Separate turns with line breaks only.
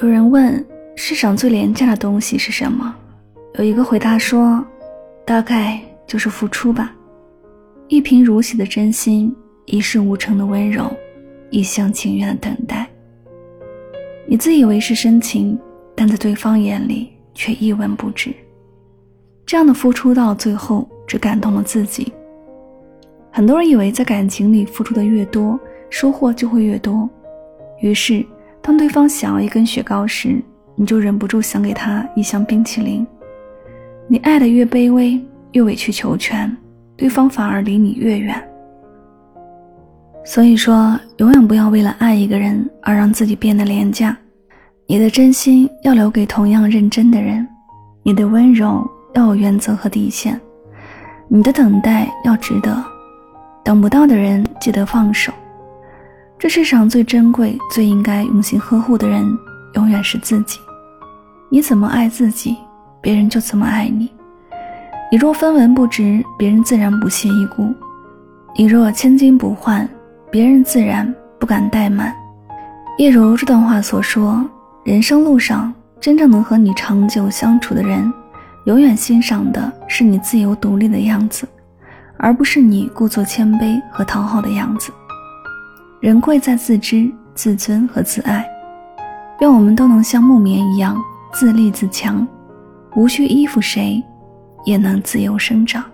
有人问世上最廉价的东西是什么？有一个回答说，大概就是付出吧。一贫如洗的真心，一事无成的温柔，一厢情愿的等待。你自以为是深情，但在对方眼里却一文不值。这样的付出到最后只感动了自己。很多人以为在感情里付出的越多，收获就会越多，于是当对方想要一根雪糕时，你就忍不住想给他一箱冰淇淋。你爱得越卑微，越委曲求全，对方反而离你越远。所以说，永远不要为了爱一个人而让自己变得廉价。你的真心要留给同样认真的人，你的温柔要有原则和底线，你的等待要值得。等不到的人记得放手。这世上最珍贵最应该用心呵护的人永远是自己。你怎么爱自己，别人就怎么爱你。你若分文不值，别人自然不屑一顾。你若千金不换，别人自然不敢怠慢。一如这段话所说，人生路上真正能和你长久相处的人，永远欣赏的是你自由独立的样子，而不是你故作谦卑和讨好的样子。人贵在自知、自尊和自爱。愿我们都能像木棉一样自立自强，无需依附谁，也能自由生长。